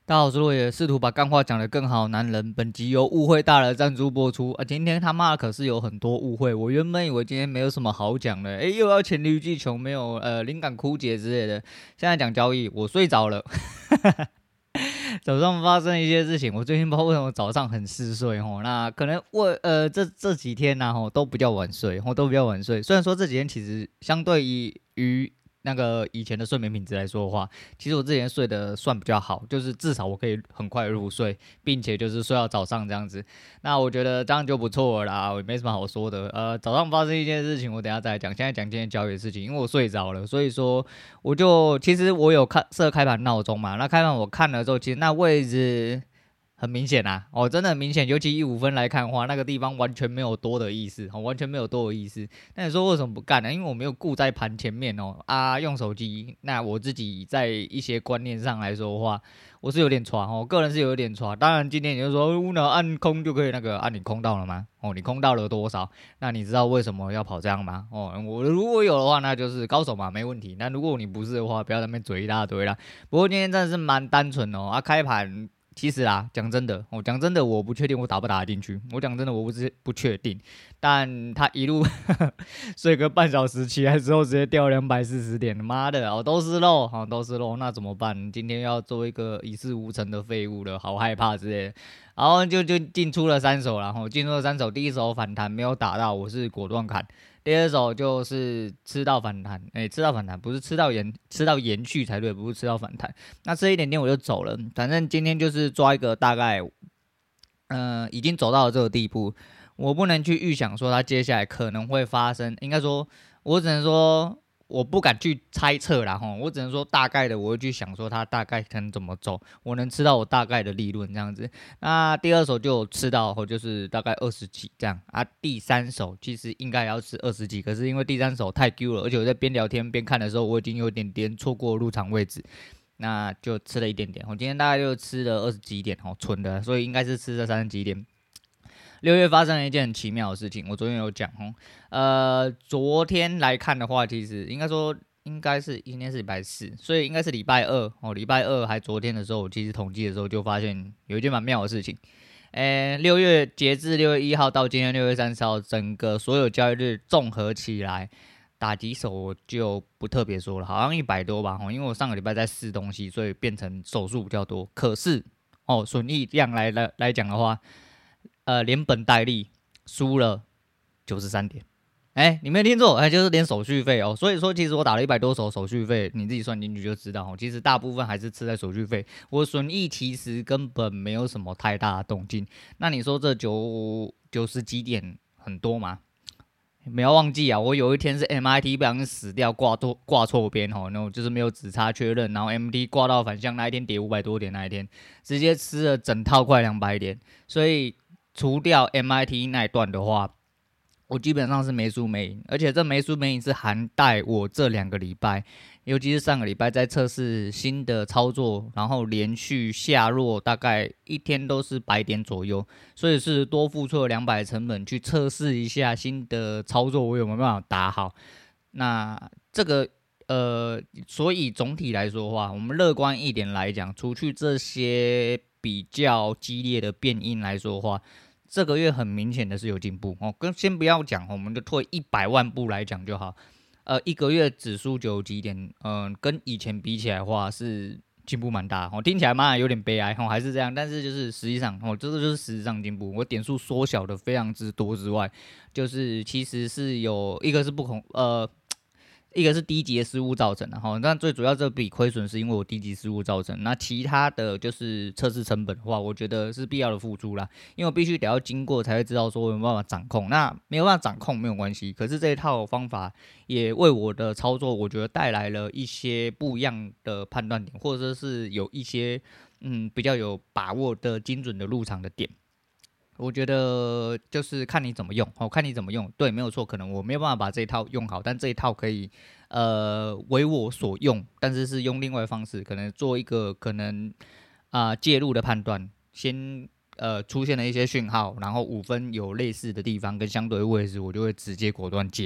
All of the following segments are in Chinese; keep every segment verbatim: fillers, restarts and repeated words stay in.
大家好，我是洛野，试图把干话讲得更好。男人，本集由误会大了赞助播出啊！今天他妈可是有很多误会，我原本以为今天没有什么好讲的，诶，又要黔驴技穷，没有呃灵感枯竭之类的。现在讲交易，我睡着了。早上发生一些事情，我最近不知道为什么早上很嗜睡吼，那可能我呃这这几天呢、啊、吼都比较晚睡，吼都比较晚睡。虽然说这几天其实相对于于那个以前的睡眠品质来说的话，其实我之前睡得算比较好，就是至少我可以很快入睡，并且就是睡到早上这样子。那我觉得这样就不错了啦，我也没什么好说的。呃，早上发生一件事情，我等一下再来讲。现在讲今天交易的事情，因为我睡着了，所以说我就其实我有看设开盘闹钟嘛，那开盘我看了之后，其实那位置很明显啊，哦，真的很明显，尤其以五分来看的话，那个地方完全没有多的意思，哦，完全没有多的意思。那你说为什么不干呢？因为我没有顾在盘前面哦，啊，用手机。那我自己在一些观念上来说的话，我是有点抓哦，我个人是有点抓。当然，今天你就说，乌呢按空就可以那个，按、啊、你空到了吗？哦，你空到了多少？那你知道为什么要跑这样吗？哦，我如果有的话，那就是高手嘛，没问题。那如果你不是的话，不要在那边嘴一大堆啦。不过今天真的是蛮单纯哦，啊，开盘。其实啦，讲真的，我、哦、讲真的，我不确定我打不打得进去。我讲真的，我不是不确定，但他一路睡个半小时，起来之后直接掉两百四十点，妈的，哦，都是肉，哦，都是肉，那怎么办？今天要做一个一事无成的废物了，好害怕之类的。然后就就进出了三手，然后进出了三手，第一手反弹没有打到，我是果断砍。第二手就是吃到反弹，哎、欸，吃到反弹不是吃到延吃到延续才对，不是吃到反弹。那吃一点点我就走了，反正今天就是抓一个大概，呃，已经走到了这个地步，我不能去预想说它接下来可能会发生，应该说，我只能说。我不敢去猜测啦，吼，我只能说大概的，我会去想说它大概可能怎么走，我能吃到我大概的利润这样子。那第二手就有吃到，就是大概二十几这样啊。第三手其实应该也要吃二十几，可是因为第三手太 Q 了，而且我在边聊天边看的时候，我已经有点点错过入场位置，那就吃了一点点。我今天大概就吃了二十几点，哦，纯的，所以应该是吃了三十几点。六月发生了一件很奇妙的事情，我昨天有讲哦。呃，昨天来看的话，其实应该说应该是今天是礼拜四，所以应该是礼拜二哦。礼拜二还昨天的时候，我其实统计的时候就发现有一件蛮妙的事情。诶，六月截至六月一号到今天六月三十号，整个所有交易日综合起来，打几手我就不特别说了，好像一百多吧。因为我上个礼拜在试东西，所以变成手数比较多。可是哦，损益量来来来讲的话，呃，连本带利输了九十三点。哎、欸，你没有听错，哎、欸，就是连手续费哦。所以说，其实我打了一百多手手续费，你自己算进去就知道哦。其实大部分还是吃在手续费，我损益其实根本没有什么太大的动静。那你说这九九十几点很多吗？没有忘记啊，我有一天是 M I T 不小心死掉挂错挂错边哦，那就是没有指差确认，然后 M T 挂到反向那一天跌五百多点那一天，直接吃了整套快两百点，所以除掉 M I T 那一段的话。我基本上是没输没赢，而且这没输没赢是含带我这两个礼拜，尤其是上个礼拜在测试新的操作，然后连续下落大概一天都是百点左右，所以是多付出了两百成本去测试一下新的操作我有没有办法打好。那这个呃，所以总体来说的话，我们乐观一点来讲，除去这些比较激烈的变因来说的话。这个月很明显的是有进步哦，跟先不要讲，我们就退一百万步来讲就好。呃，一个月指数九几点，嗯、呃，跟以前比起来的话是进步蛮大哦。听起来妈有点悲哀哦，还是这样，但是就是实际上哦，这个就是实质上进步。我点数缩小的非常之多之外，就是其实是有一个是不同呃。一个是低级的失误造成的哈，但最主要这笔亏损是因为我低级失误造成。那其他的就是测试成本的话，我觉得是必要的付出啦，因为我必须得要经过才会知道说我有没有办法掌控。那没有办法掌控没有关系，可是这一套方法也为我的操作，我觉得带来了一些不一样的判断点，或者是有一些嗯比较有把握的精准的入场的点。我觉得就是看你怎么用，哦，看你怎么用，对，没有错，可能我没有办法把这一套用好，但这一套可以，呃，为我所用，但是是用另外的方式，可能做一个可能啊、呃介入的判断，先呃出现了一些讯号，然后五分有类似的地方跟相对的位置，我就会直接果断接。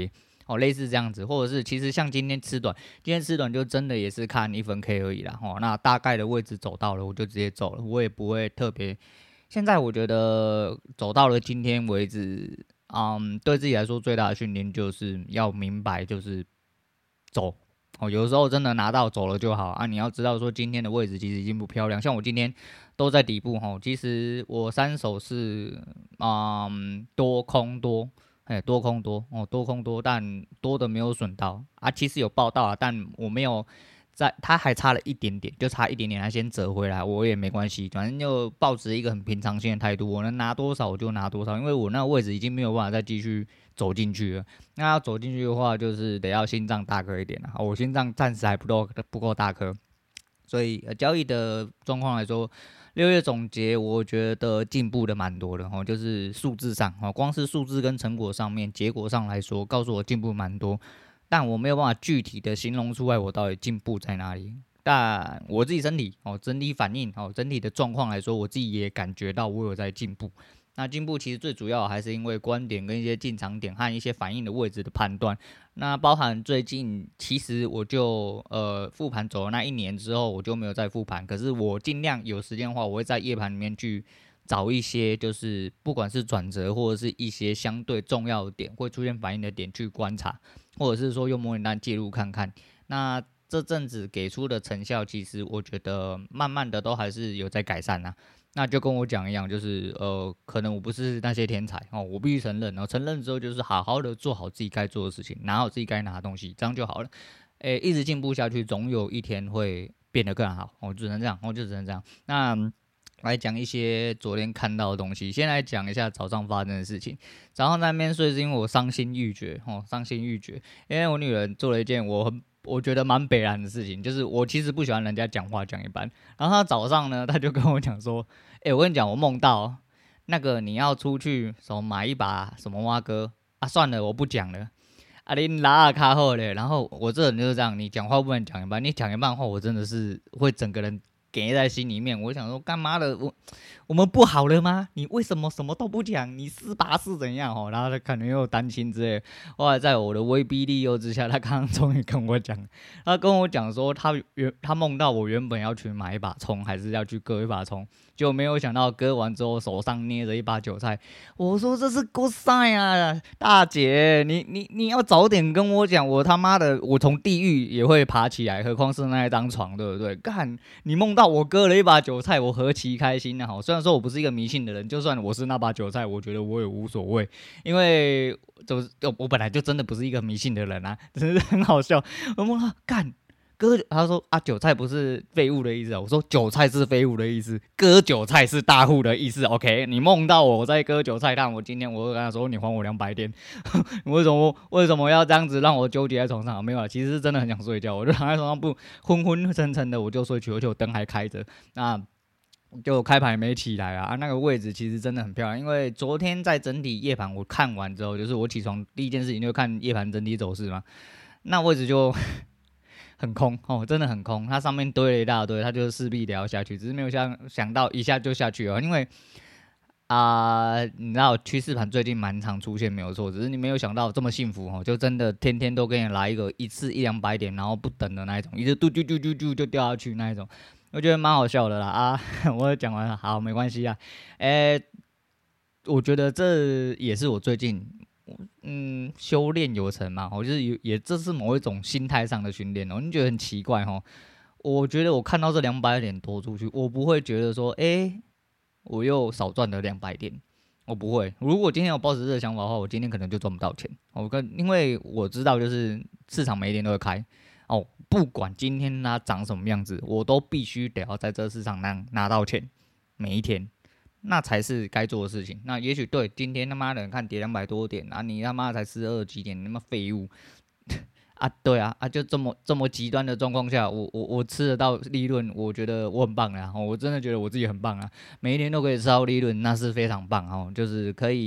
哦，类似这样子，或者是其实像今天吃短，今天吃短就真的也是看一分 K 而已啦，哦，那大概的位置走到了，我就直接走了，我也不会特别。现在我觉得走到了今天为止，嗯，对自己来说最大的训练就是要明白，就是走。哦，有的时候真的拿到走了就好啊！你要知道说今天的位置其实已经不漂亮，像我今天都在底部哈。其实我三手是嗯多空多，哎多空多哦多空多，但多的没有损到啊。其实有报到啊，但我没有在，它还差了一点点，就差一点点，它先折回来，我也没关系，反正就抱持一个很平常心的态度，我能拿多少我就拿多少，因为我那个位置已经没有办法再继续走进去了。那要走进去的话，就是得要心脏大颗一点啊。我心脏暂时还不够不够大颗，所以、呃、交易的状况来说，六月总结我觉得进步的蛮多的哦，就是数字上哦，光是数字跟成果上面，结果上来说，告诉我进步蛮多，但我没有办法具体的形容出来我到底进步在哪里。但我自己身体哦，整体反应哦，整体的状况来说，我自己也感觉到我有在进步。那进步其实最主要还是因为观点跟一些进场点和一些反应的位置的判断。那包含最近其实我就呃复盘走了那一年之后，我就没有再复盘。可是我尽量有时间的话，我会在夜盘里面去找一些就是不管是转折或者是一些相对重要的点会出现反应的点去观察，或者是说用模拟单介入看看。那这阵子给出的成效，其实我觉得慢慢的都还是有在改善啊。那就跟我讲一样，就是呃，可能我不是那些天才哦，我必须承认，然后承认之后就是好好的做好自己该做的事情，拿好自己该拿的东西，这样就好了。诶，一直进步下去，总有一天会变得更好。我、哦、只能这样，我、哦、就只能这样。那来讲一些昨天看到的东西，先来讲一下早上发生的事情。早上在那边睡是因为我伤心欲绝哦，伤心欲绝，因为我女人做了一件我很我觉得蛮北然的事情，就是我其实不喜欢人家讲话讲一半，然后她早上呢，她就跟我讲说，哎、欸，我跟你讲，我梦到那个你要出去什么买一把什么蛙哥啊，算了，我不讲了。啊，你拉尔卡后嘞，然后我这人就是这样，你讲话不能讲一半，你讲一半的话，我真的是会整个人给在心里面。我想说，干嘛的？我我们不好了吗？你为什么什么都不讲？你斯巴是怎样哦？然后他可能又担心之类。后来在我的威逼利诱之下，他刚刚终于跟我讲，他跟我讲说他原他梦到我原本要去买一把葱，还是要去割一把葱，结果没有想到割完之后手上捏着一把韭菜。我说这是够晒啊，大姐，你你你要早点跟我讲，我他妈的我从地狱也会爬起来，何况是那一张床，对不对？干，你梦到我割了一把韭菜，我何其开心啊！好，虽然说我不是一个迷信的人，就算我是那把韭菜，我觉得我也无所谓，因为就是我本来就真的不是一个迷信的人啊，真是很好笑。我梦到干。割，他说啊，韭菜不是废物的意思。我说韭菜是废物的意思，割韭菜是大户的意思。OK， 你梦到我在割韭菜，但我今天我会跟他说，你还我两百点。为什么为什么要这样子让我纠结在床上？没有啊，其实是真的很想睡觉，我就躺在床上不昏昏沉沉的，我就睡去，而且我灯还开着。那就开盘没起来啊，啊，那个位置其实真的很漂亮，因为昨天在整体夜盘我看完之后，就是我起床第一件事情就看夜盘整体走势嘛，那位置就。很空哦，真的很空，它上面堆了一大堆，它就势必得要下去，只是没有想想到一下就下去了，因为啊、呃，你知道趋势盘最近蛮常出现没有错，只是你没有想到这么幸福哦，就真的天天都给你来一个一次一两百点，然后不等的那一种，一直嘟嘟嘟嘟嘟就掉下去那一种，我觉得蛮好笑的啦啊，我讲完了，好，没关系啊，诶，我觉得这也是我最近。嗯，修炼有成嘛，我就是也这是某一种心态上的训练哦。你觉得很奇怪哦？我觉得我看到这两百点多出去，我不会觉得说，哎、欸，我又少赚了两百点，我不会。如果今天有抱持这个想法的话，我今天可能就赚不到钱。我跟因为我知道，就是市场每一天都会开哦，不管今天它长什么样子，我都必须得要在这个市场拿拿到钱，每一天。那才是该做的事情。那也许对，今天他妈的看跌两百多点啊，你他妈才四二几点，你他妈废物啊！对啊，啊就这么这么极端的状况下，我我我吃得到利润，我觉得我很棒啊！我真的觉得我自己很棒啊！每一天都可以吃到利润，那是非常棒哦，就是可以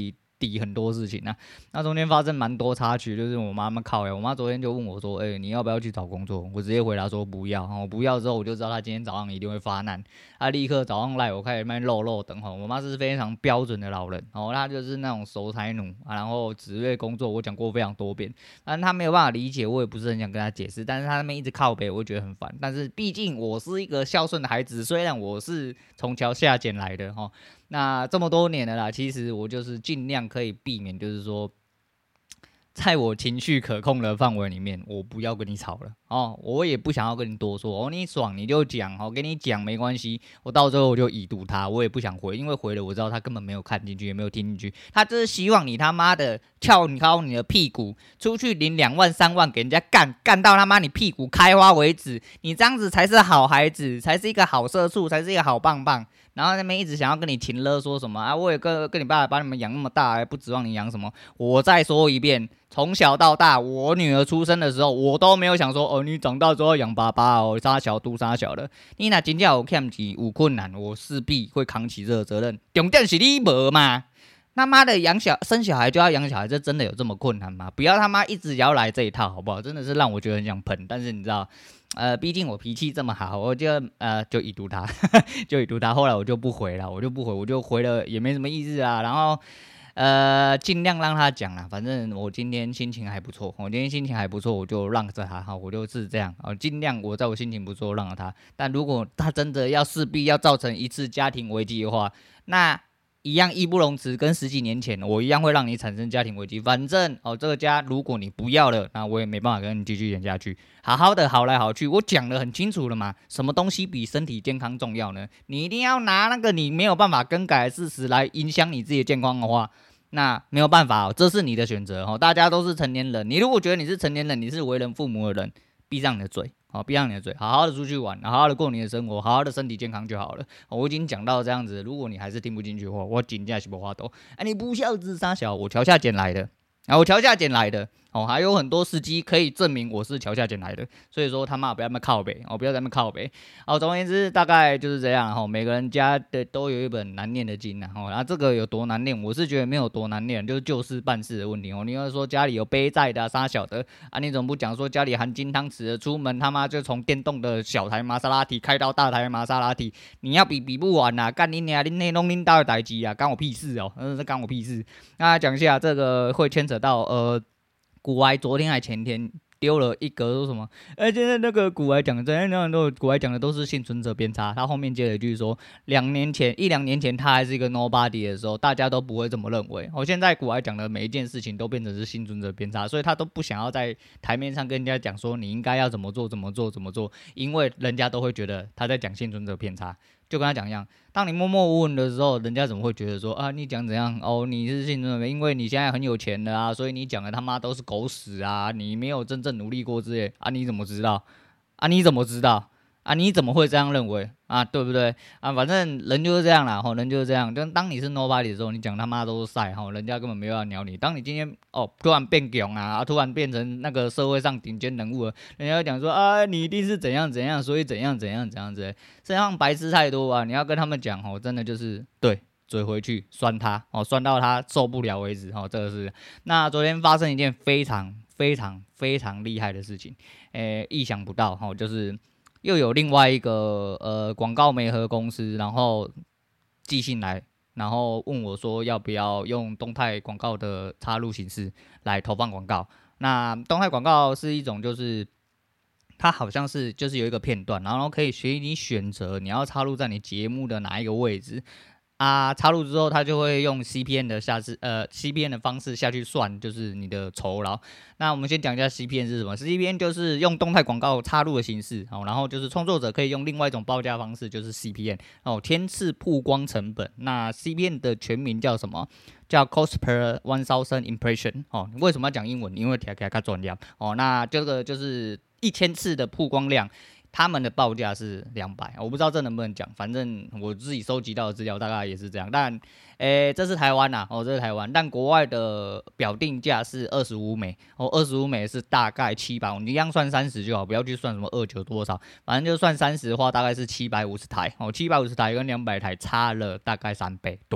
抵很多事情啊。那中间发生蛮多插曲，就是我妈妈靠呀，我妈昨天就问我说：“哎、欸，你要不要去找工作？”我直接回答说不要。我不要之后，我就知道她今天早上一定会发难。她立刻早上来，我开始卖肉肉等吼。我妈是非常标准的老人哦，她就是那种守财奴啊，然后职业工作，我讲过非常多遍，但她没有办法理解，我也不是很想跟她解释，但是她那边一直靠北，我会觉得很烦。但是毕竟我是一个孝顺的孩子，虽然我是从桥下捡来的哈，那这么多年了啦，其实我就是尽量可以避免，就是说，在我情绪可控的范围里面，我不要跟你吵了哦，我也不想要跟你多说哦，你爽你就讲哦，跟你讲没关系，我到最后我就已读他，我也不想回，因为回了我知道他根本没有看进去，也没有听进去，他就是希望你他妈的翘高你的屁股，出去领两万三万给人家干，干到他妈你屁股开花为止，你这样子才是好孩子，才是一个好社畜，才是一个好棒棒。然后那边一直想要跟你情勒，说什么啊？我也跟跟你爸爸把你们养那么大，还不指望你养什么？我再说一遍，从小到大，我女儿出生的时候，我都没有想说，哦，你长大之后养爸爸哦，杀小嘟杀小的。你那真正有欠钱有困难，我势必会扛起这个责任。重点是你没嘛？他妈的养小生小孩就要养小孩，这真的有这么困难吗？不要他妈一直要来这一套，好不好？真的是让我觉得很想喷。但是你知道。呃，毕竟我脾气这么好，我就呃就已读他，就已读他。后来我就不回了，我就不回，我就回了也没什么意思啊。然后呃尽量让他讲啦，反正我今天心情还不错，我今天心情还不错，我就让着他哈，我就是这样啊，尽量我在我心情不错让着他。但如果他真的要势必要造成一次家庭危机的话，那一样义不容辞，跟十几年前我一样会让你产生家庭危机。反正哦，这个家如果你不要了，那我也没办法跟你继续演下去。好好的好来好去，我讲得很清楚了嘛。什么东西比身体健康重要呢？你一定要拿那个你没有办法更改的事实来影响你自己的健康的话，那没有办法哦，这是你的选择哦。大家都是成年人，你如果觉得你是成年人，你是为人父母的人，闭上你的嘴。好，闭上你的嘴，好好的出去玩，好好的过你的生活，好好的身体健康就好了。我已经讲到这样子，如果你还是听不进去的话，我真的是没法度。哎，你不孝子三小，我桥下捡来的，啊，我桥下捡来的。哦，还有很多司机可以证明我是桥下捡来的，所以说他妈不要那么靠北，哦，不要在那么靠北。好，总而言之，大概就是这样。哈，每个人家的都有一本难念的经呐。哦，然后这个有多难念，我是觉得没有多难念，就是就事办事的问题。哦，你要说家里有背债的、啊、杀小的啊，你怎么不讲说家里含金汤匙的，出门他妈就从电动的小台玛莎拉蒂开到大台玛莎拉蒂，你要比比不完呐、啊，干你娘，你那弄恁大的代志啊，干我屁事哦，真的是干我屁事。那讲一下这个会牵扯到呃。古埃昨天还前天丢了一个说什么？哎、欸，现在那个古埃讲的，真的都古埃讲的都是幸存者偏差。他后面接了一句说，两年前一两年前他还是一个 nobody 的时候，大家都不会这么认为。我、哦、现在古埃讲的每一件事情都变成是幸存者偏差，所以他都不想要在台面上跟人家讲说你应该要怎么做怎么做怎么做，因为人家都会觉得他在讲幸存者偏差。就跟他讲一样，当你默默无闻的时候，人家怎么会觉得说啊，你讲怎样哦，你是幸存者，因为你现在很有钱了啊，所以你讲的他妈都是狗屎啊，你没有真正努力过之类啊，你怎么知道？啊，你怎么知道？啊，你怎么会这样认为啊？对不对啊？反正人就是这样啦，吼，人就是这样。就当你是 nobody 的时候，你讲他妈都是晒，吼，人家根本没有要鸟你。当你今天哦突然变强啊，突然变成那个社会上顶尖人物了，人家讲说啊，你一定是怎样怎样，所以怎样怎样怎样子。身上白痴太多啊，你要跟他们讲哦，真的就是对。追回去酸他哦，酸到他受不了为止哦，这个是。那昨天发生一件非常非常非常厉害的事情，诶，意想不到哦，就是又有另外一个呃广告媒合公司，然后寄信来，然后问我说要不要用动态广告的插入形式来投放广告。那动态广告是一种就是它好像是就是有一个片段，然后可以随你选择你要插入在你节目的哪一个位置。啊，插入之后，它就会用 C P M 的下次呃 C P M 的方式下去算，就是你的酬劳。那我们先讲一下 C P M 是什么 ？C P M 就是用动态广告插入的形式，哦，然后就是创作者可以用另外一种报价方式，就是 C P M 哦，天次曝光成本。那 C P M 的全名叫什么？叫 Cost per one thousand impression 哦。为什么要讲英文？因为听起来较专业哦。那这个就是一千次的曝光量。他们的报价是两百，我不知道这能不能讲，反正我自己收集到的资料大概也是这样。但，诶，这是台湾呐，哦，这是台湾，但国外的表定价是二十五美，哦，二十五美是大概七百，你一样算三十就好，不要去算什么二九多少，反正就算三十的话，大概是七百五十台，哦，七百五十台跟两百台差了大概三倍多。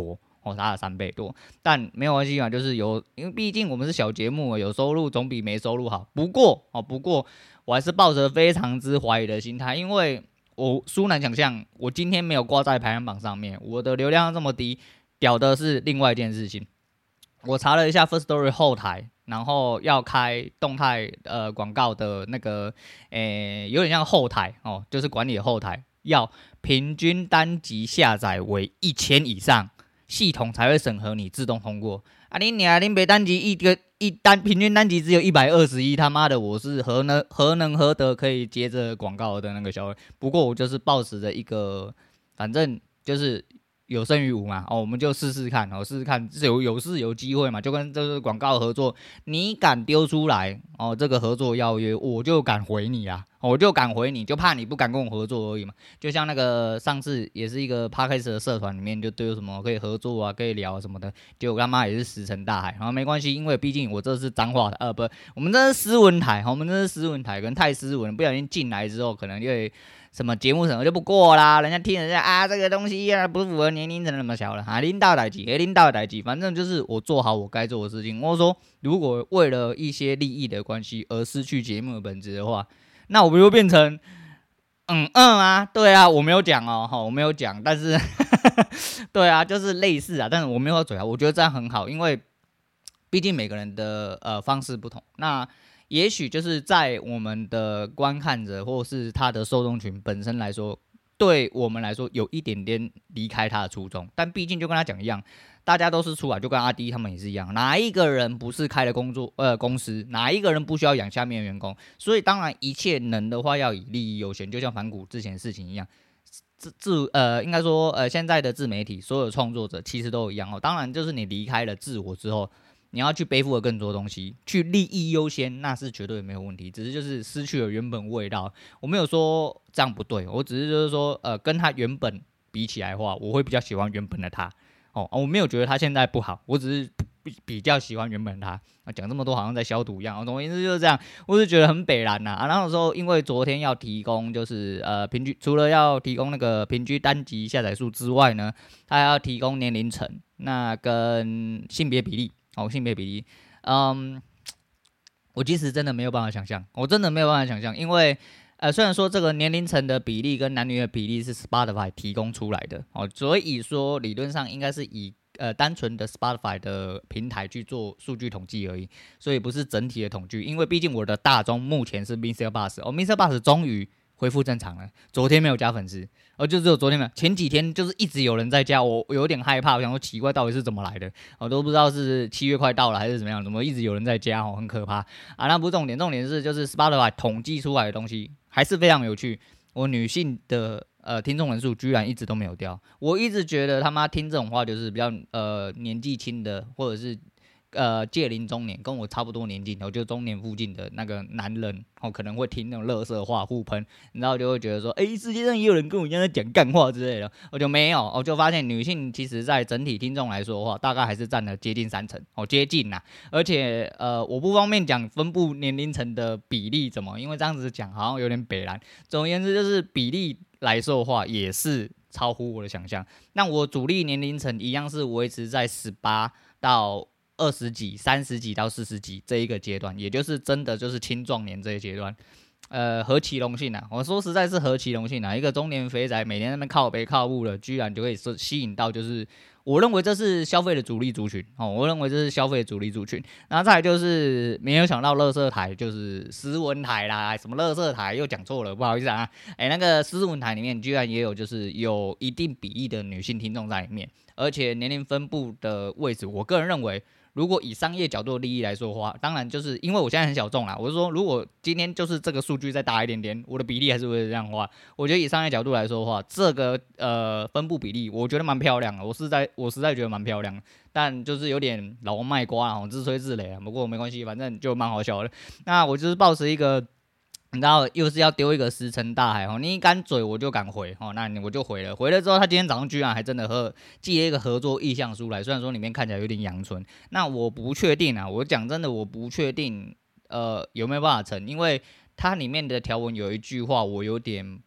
哦，差了三倍多。但没有关系嘛，就是有，因为毕竟我们是小节目，有收入总比没收入好。不过哦，不过我还是抱着非常之怀疑的心态，因为我殊难想象，我今天没有挂在排行榜上面，我的流量这么低，屌的是另外一件事情。我查了一下 First Story 后台，然后要开动态呃广告的那个，诶，有点像后台哦，就是管理的后台，要平均单集下载为一千以上，系统才会审核你自动通过。啊你娘，你别单集一个一单平均单集只有一百二十一，他妈的我是何能何能何德可以接着广告的那个消费？不过我就是抱持着一个，反正就是。有胜于无嘛，哦，我们就试试看，哦，试试看，有有是有机会嘛，就跟这个广告合作，你敢丢出来，哦，这个合作邀约，我就敢回你啊，我就敢回你，就怕你不敢跟我合作而已嘛。就像那个上次也是一个 Podcast 的社团里面，就都有什么可以合作啊，可以聊什么的，结果他妈也是石沉大海。然后没关系，因为毕竟我这是脏话呃不，我们这是斯文台，我们这是斯文台，可能太斯文，不小心进来之后，可能就会。什么节目审核就不过啦，人家听人家啊，这个东西啊不符合年龄层那么小了啊，领导代志，领导代志，反正就是我做好我该做的事情。我说，如果为了一些利益的关系而失去节目的本质的话，那我不就变成嗯嗯啊？对啊，我没有讲哦，哈，我没有讲，但是对啊，就是类似啊，但是我没有嘴啊，我觉得这样很好，因为毕竟每个人的呃方式不同，那。也许就是在我们的观看者或是他的受众群本身来说，对我们来说有一点点离开他的初衷，但毕竟就跟他讲一样，大家都是出来，就跟阿迪他们也是一样，哪一个人不是开了工作呃公司，哪一个人不需要养下面的员工？所以当然一切能的话要以利益优先，就像反骨之前的事情一样。自自呃，应该说呃，现在的自媒体所有创作者其实都一样哦。当然，就是你离开了自我之后。你要去背负的更多东西，去利益优先，那是绝对没有问题。只是就是失去了原本味道。我没有说这样不对，我只是就是说，呃，跟他原本比起来的话，我会比较喜欢原本的他。哦，我没有觉得他现在不好，我只是比比较喜欢原本的他。啊，讲这么多好像在消毒一样。总而言之就是这样，我是觉得很北蓝呐。啊，那个时候因为昨天要提供就是呃平均，除了要提供那个平均单集下载数之外呢，他还要提供年龄层，那跟性别比例。哦，性别比例，嗯，我其实真的没有办法想象，我真的没有办法想象，因为呃，虽然说这个年龄层的比例跟男女的比例是 Spotify 提供出来的，哦，所以说理论上应该是以呃单纯的 Spotify 的平台去做数据统计而已，所以不是整体的统计，因为毕竟我的大宗目前是 Mr. Bus， 哦 ，Mr. Bus 终于恢复正常了，昨天没有加粉丝。哦，就只有昨天没有，前几天就是一直有人在加我，我有点害怕，我想说奇怪到底是怎么来的，我都不知道是七月快到了还是怎么样，怎么一直有人在加哦，很可怕啊！那不是重点，重点是就是 Spotify 统计出来的东西还是非常有趣。我女性的呃听众人数居然一直都没有掉，我一直觉得他妈听这种话就是比较呃年纪轻的或者是。呃，届龄中年，跟我差不多年纪，我就中年附近的那个男人，哦，可能会听那种垃圾话互喷，然后就会觉得说，哎、欸，世界上也有人跟我一样在讲干话之类的，我就没有，我就发现女性其实在整体听众来说的话，大概还是占了接近三成，哦，接近啦，而且呃，我不方便讲分布年龄层的比例怎么，因为这样子讲好像有点北蓝。总而言之，就是比例来说的话，也是超乎我的想象。那我主力年龄层一样是维持在十八到。二十几、三十几到四十几这一个阶段，也就是真的就是青壮年这一阶段，呃，何其荣幸啊！我说实在是何其荣幸啊！一个中年肥宅每天在那边靠北靠步的，居然就可以吸引到，就是我认为这是消费的主力族群哦，我认为这是消费的主力族群。然后再来就是没有想到垃圾台就是斯文台啦，什么垃圾台又讲错了，不好意思啊，哎，那个斯文台里面居然也有就是有一定比例的女性听众在里面，而且年龄分布的位置，我个人认为。如果以商业角度的利益来说的话，当然就是因为我现在很小众啦。我是说，如果今天就是这个数据再大一点点，我的比例还是会这样的话，我觉得以商业角度来说的话，这个呃分布比例，我觉得蛮漂亮的。我是在我实在觉得蛮漂亮的，但就是有点老王卖瓜啊，自吹自擂啊。不过没关系，反正就蛮好笑的。那我就是抱持一个。你知道又是要丢一个石沉大海哦，你一敢嘴我就敢回哦，那我就回了，回了之后他今天早上居然还真的和寄了一个合作意向书来，虽然说里面看起来有点阳春，那我不确定啊，我讲真的我不确定呃有没有办法成，因为它里面的条文有一句话我有点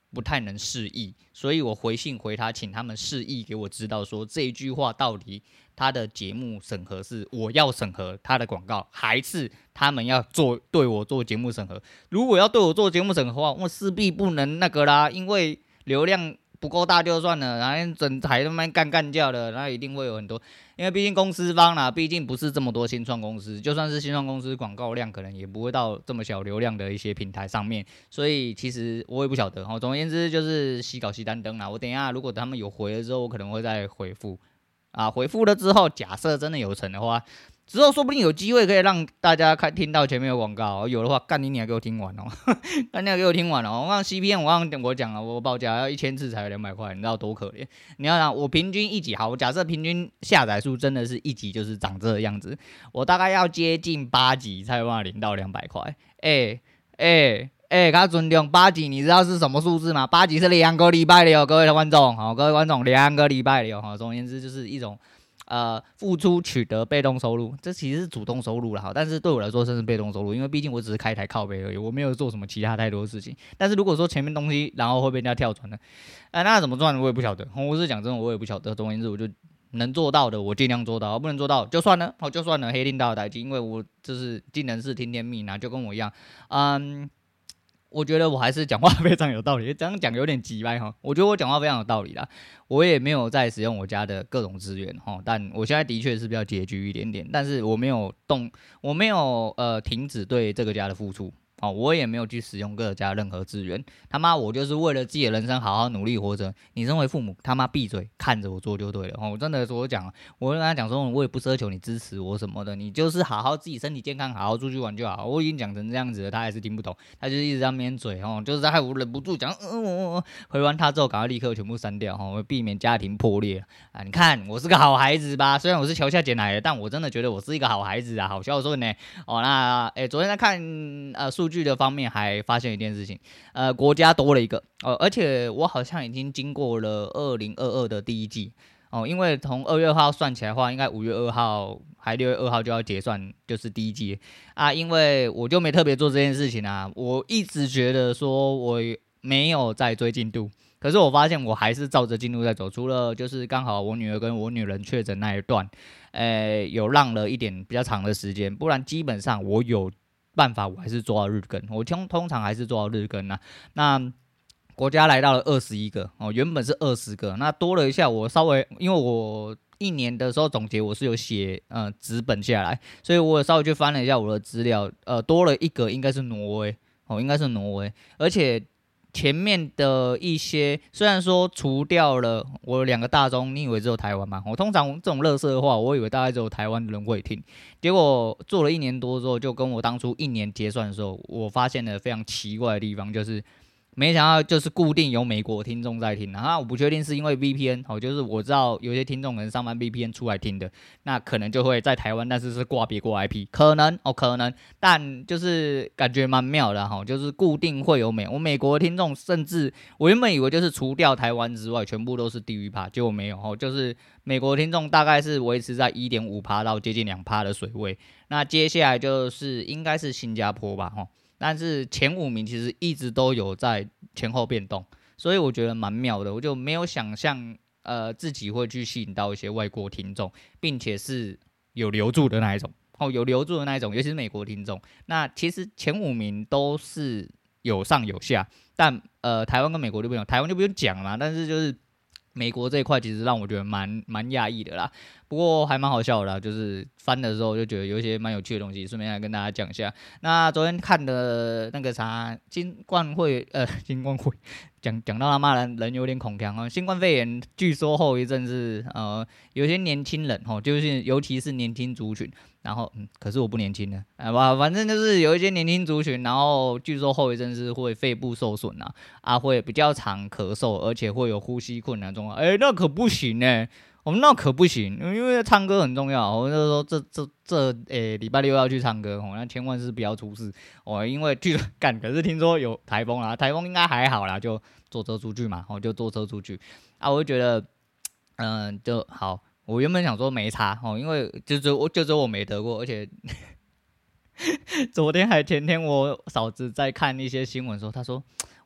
不太能释义，所以我回信回他，请他们释义给我知道说这一句话到底他的节目审核是我要审核他的广告，还是他们要做对我做节目审核？如果要对我做节目审核的话，我势必不能那个啦，因为流量不够大就算了，然后整台他妈干干叫的，那一定会有很多，因为毕竟公司方啦，毕竟不是这么多新创公司，就算是新创公司，广告量可能也不会到这么小流量的一些平台上面，所以其实我也不晓得。哦，总而言之就是西搞西单灯啦。我等一下如果他们有回了之后，我可能会再回复啊，回复了之后，假设真的有成的话。之后说不定有机会可以让大家看听到前面有广告，有的话干你你还给我听完哦，干你还给我听完哦。我刚 C P M 我刚刚我讲了，我报价要一千次才有两百块，你知道多可怜？你要想我平均一集好，我假设平均下载数真的是一集就是长这个样子，我大概要接近八集才有办法领到两百块。哎哎哎，他尊重八集，你知道是什么数字吗？八集是两个礼拜了，各位的观众，好，各位观众两个礼拜了，哈，总而言之就是一种。呃，付出取得被动收入，这其实是主动收入啦，但是对我来说算是被动收入，因为毕竟我只是开台靠背而已，我没有做什么其他太多的事情。但是如果说前面东西然后会被人家跳转的，哎、呃，那怎么赚我也不晓得。我是讲真的，我也不晓得。总而言之，我就能做到的我尽量做到，不能做到就算了，好就算了，黑听到的代志，因为我就是尽人事听天命啊，就跟我一样，嗯。我觉得我还是讲话非常有道理，这样讲有点急歪哈。我觉得我讲话非常有道理啦，我也没有在使用我家的各种资源哈，但我现在的确是比较拮据一点点，但是我没有动，我没有呃停止对这个家的付出。哦，我也没有去使用各家任何资源，他妈我就是为了自己的人生好好努力活着。你身为父母，他妈闭嘴，看着我做就对了。哦，我真的我讲，我跟他讲说，我也不奢求你支持我什么的，你就是好好自己身体健康，好好出去玩就好。我已经讲成这样子了，他还是听不懂，他就一直在那边嘴哦，就是害我忍不住讲，嗯嗯嗯，回完他之后，赶快立刻全部删掉，哦，避免家庭破裂啊！你看我是个好孩子吧？虽然我是桥下捡来的，但我真的觉得我是一个好孩子啊，好孝顺呢。哦，那诶，昨天在看呃数。数据的方面还发现一件事情，呃，国家多了一个哦，而且我好像已经经过了二零二二的第一季哦，因为从二月号算起来的话，应该五月二号还六月二号就要结算，就是第一季啊。因为我就没特别做这件事情啊，我一直觉得说我没有在追进度。可是我发现我还是照着进度在走，除了就是刚好我女儿跟我女人确诊那一段，呃，有让了一点比较长的时间，不然基本上我有办法，我还是做到日更，我通通常还是做到日更啊。那国家来到了二十一个哦，原本是二十个，那多了一下，我稍微因为我一年的时候总结我是有写呃纸本下来，所以我稍微去翻了一下我的资料，呃，多了一个应该是挪威哦，应该是挪威，而且。前面的一些虽然说除掉了我两个大宗，你以为只有台湾吗？我通常这种垃圾的话，我以为大概只有台湾的人会听。结果做了一年多之后，就跟我当初一年结算的时候，我发现了非常奇怪的地方，就是没想到就是固定有美国听众在听，然后我不确定是因为 V P N 哦，就是我知道有些听众可能上班 V P N 出来听的，那可能就会在台湾，但是是挂别国 I P， 可能哦可能，但就是感觉蛮妙的哈，就是固定会有美我美国的听众，甚至我原本以为就是除掉台湾之外，全部都是地域趴，结果没有哦，就是美国听众大概是维持在 一点五趴 到接近 两趴 的水位，那接下来就是应该是新加坡吧哈。但是前五名其实一直都有在前后变动，所以我觉得蛮妙的。我就没有想象，呃，自己会去吸引到一些外国听众，并且是有留住的那一种，哦，有留住的那一种，尤其是美国听众。那其实前五名都是有上有下，但呃，台湾跟美国就不用，台湾就不用讲了，但是就是美国这一块其实让我觉得蛮蛮讶异的啦。不过还蛮好笑的啦，就是翻的时候就觉得有一些蛮有趣的东西，顺便来跟大家讲一下。那昨天看的那个啥新冠会呃新冠会讲讲到他妈人人有点恐慌啊，新冠肺炎据说后遗症是呃有些年轻人吼，就是尤其是年轻族群，然后嗯可是我不年轻了，啊吧反正就是有一些年轻族群，然后据说后遗症是会肺部受损啊，啊会比较常咳嗽，而且会有呼吸困难状况，哎那可不行哎、欸。我、哦、们那可不行，因为唱歌很重要。我就说这这这，诶，礼拜六要去唱歌，哦，那千万是不要出事哦，因为据说干，可是听说有台风啦，台风应该还好啦，就坐车出去嘛，哦，就坐车出去啊，我就觉得，嗯、呃，就好。我原本想说没差哦，因为就只我就只有我没得过，而且昨天还前天我嫂子在看一些新闻说，她说。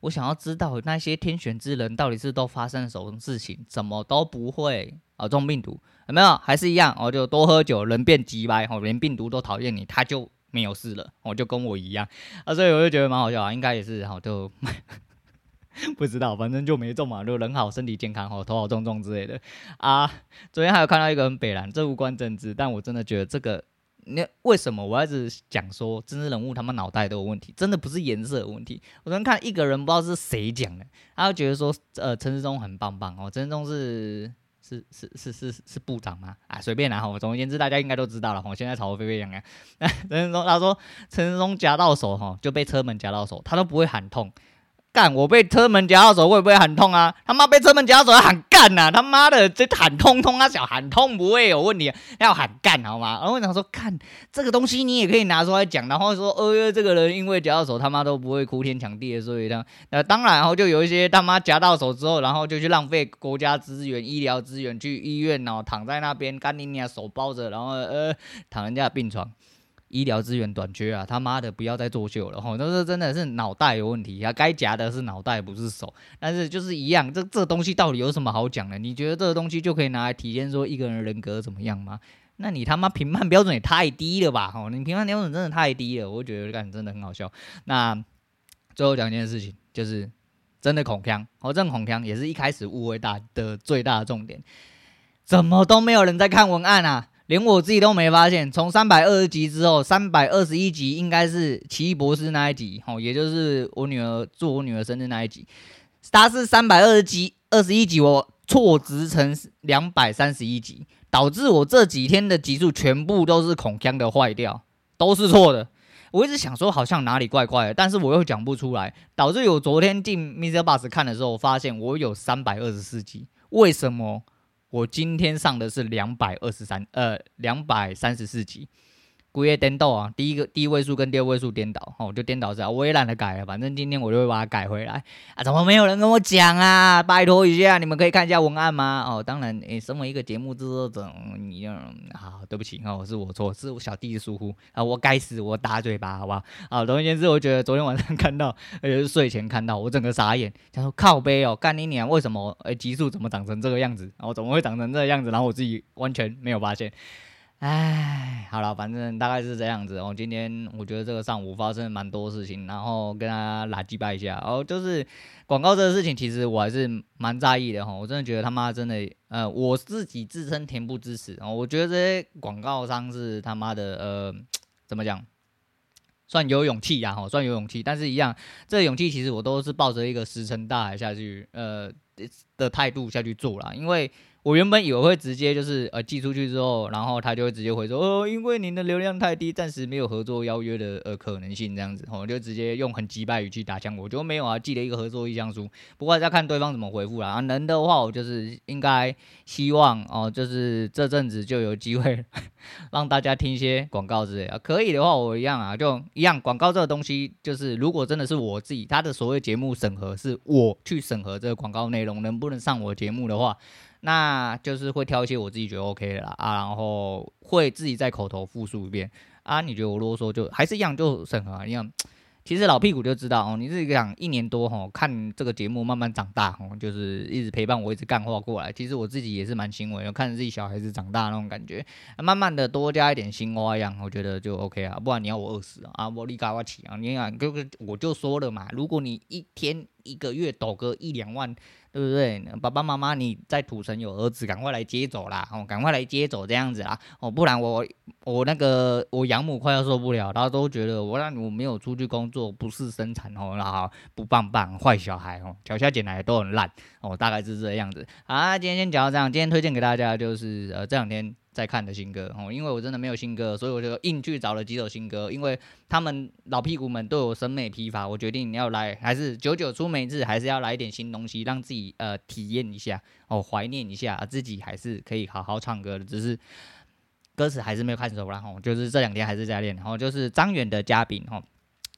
我想要知道那些天选之人到底是都发生了什么事情，怎么都不会啊中病毒，有没有？还是一样，我、哦、就多喝酒，人变鸡掰，哦，连病毒都讨厌你，他就没有事了，我、哦、就跟我一样啊，所以我就觉得蛮好笑啊，应该也是好、哦、就。不知道，反正就没中嘛，就人好身体健康哦，头好重重之类的啊。昨天还有看到一个很北蓝，这无关政治，但我真的觉得这个，那为什么我一直讲说政治人物他们脑袋都有问题，真的不是颜色的问题。我昨天看一个人不知道是谁讲的，他就觉得说，呃，陈时中很棒棒哦，陈时中是。是是是是是部长吗？啊，随便啦哈。总而言之，大家应该都知道了哈。现在吵得沸沸扬扬。陈时中他说，陈时中夹到手哈，就被车门夹到手，他都不会喊痛。干，我被车门夹到手会不会喊痛啊？他妈被车门夹到手要喊干呐、啊！他妈的，这喊痛痛啊小喊痛不会有问题，要喊干好吗？然后我想说，看这个东西你也可以拿出来讲，然后说，呃，这个人因为夹到手他妈都不会哭天抢地的，所以这样，呃，当然，然后就有一些他妈夹到手之后，然后就去浪费国家资源、医疗资源，去医院哦，躺在那边干你娘手包着，然后呃躺人家的病床。医疗资源短缺啊！他妈的，不要再作秀了吼！都是真的是脑袋有问题啊，该夹的是脑袋不是手。但是就是一样，这这东西到底有什么好讲的？你觉得这个东西就可以拿来体现说一个人人格怎么样吗？那你他妈评判标准也太低了吧！吼，你评判标准真的太低了，我觉得干真的很好笑。那最后讲一件事情，就是真的恐腔，哦，这恐腔也是一开始误会大的最大的重点，怎么都没有人在看文案啊？连我自己都没发现，从三百二十集之后，三百二十一集应该是奇异博士那一集，哦，也就是我女儿做我女儿生日那一集，它是三百二十集，二十一集我错值成两百三十一集，导致我这几天的集数全部都是孔腔的坏掉，都是错的。我一直想说好像哪里怪怪的，但是我又讲不出来，导致我昨天进 Mister Bus 看的时候，我发现我有三百二十四集，为什么？我今天上的是两百二十三，呃，两百三十四集，规个颠倒啊！第一个第一位数跟第二位数颠倒，哦，我就颠倒这样，我也懒得改了，反正今天我就会把它改回来啊！怎么没有人跟我讲啊？拜托一下，你们可以看一下文案吗？哦，当然，诶，身为一个节目制作者，你好，对不起哦，是我错，是我小弟疏忽啊，我该死，我打嘴巴，好不好？啊，总而言之，我觉得昨天晚上看到，而且是睡前看到，我整个傻眼，他说靠背哦，干你娘，为什么？诶，集数怎么长成这个样子？然后怎么会长成这个样子？然后我自己完全没有发现。唉，好了，反正大概是这样子哦。今天我觉得这个上午发生蛮多事情，然后跟大家拉鸡巴一下。哦，就是广告这个事情，其实我还是蛮在意的哈。我真的觉得他妈真的，呃，我自己自称恬不知耻。哦，我觉得这些广告商是他妈的，呃，怎么讲？算有勇气呀，哈，算有勇气，但是一样，这个勇气其实我都是抱着一个石沉大海下去，呃的态度下去做啦，因为我原本以为会直接就是呃寄出去之后，然后他就会直接回说，哦，因为您的流量太低，暂时没有合作邀约的呃可能性这样子，我就直接用很击败语气打枪我，就没有啊，寄了一个合作意向书，不过要看对方怎么回复啦。啊，能的话，我就是应该希望哦，就是这阵子就有机会让大家听一些广告之类的，可以的话我一样啊，就一样广告这个东西，就是如果真的是我自己，他的所谓节目审核是我去审核这个广告内容能不能上我节目的话。那就是会挑一些我自己觉得 OK 的啦啊，然后会自己再口头复述一遍啊。你觉得我啰嗦就还是一样就审核、啊、一样。其实老屁股就知道哦，你自己讲一年多哦，看这个节目慢慢长大哦，就是一直陪伴我一直干话过来。其实我自己也是蛮欣慰的，看着自己小孩子长大那种感觉，啊、慢慢的多加一点新花样，我觉得就 OK 啊。不然你要我饿死啊，我立嘎我起啊，你看就我就说了嘛，如果你一天一个月抖个一两万。对不对？爸爸妈妈，你在土城有儿子，赶快来接走啦！哦，赶快来接走这样子啦！哦，不然我我那个我养母快要受不了，他都觉得我让我没有出去工作，不是生产哦，然后不棒棒，坏小孩哦，脚下捡来都很烂哦，大概是这样子。好，今天先讲到这样，今天推荐给大家就是呃这两天在看的新歌哦，因为我真的没有新歌，所以我就硬去找了几首新歌，因为他们老屁股们都有审美疲乏，我决定要来，还是久久出每次，还是要来一点新东西，让自己呃体验一下哦，怀念一下、啊、自己还是可以好好唱歌的，只是歌词还是没有看熟啦吼，就是这两天还是在练，然后就是张远的嘉宾吼。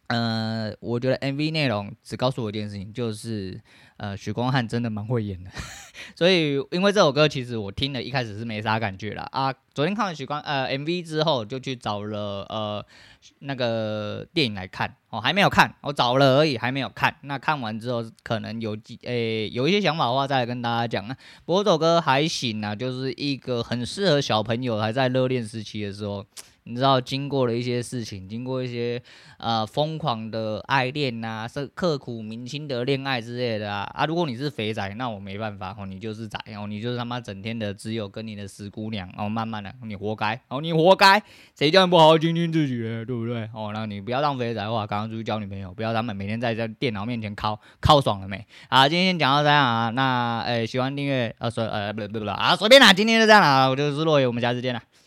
呃，我觉得 M V 内容只告诉我一件事情，就是呃，许光汉真的蛮会演的，所以因为这首歌其实我听了一开始是没啥感觉啦啊，昨天看完许光呃 M V 之后，就去找了呃那个电影来看哦，还没有看，我找了而已，还没有看。那看完之后，可能有几诶有一些想法的话，再来跟大家讲啊。不过这首歌还行啊，就是一个很适合小朋友还在热恋时期的时候。你知道，经过了一些事情，经过一些呃疯狂的爱恋呐、是刻骨铭心的恋爱之类的啊啊！如果你是肥仔，那我没办法哦，你就是仔哦，你就是他妈整天的只有跟你的死姑娘哦，慢慢的你活该哦，你活该，谁叫你不好好精进自己呢？对不对？哦，然后你不要当肥仔的话，赶快出去交女朋友，不要他们每天在在电脑面前靠靠爽了没？啊，今天先讲到这样啊，那诶喜欢订阅呃随呃不不不啊随便啦，今天就这样啦，我就是洛爷，我们下次见啦。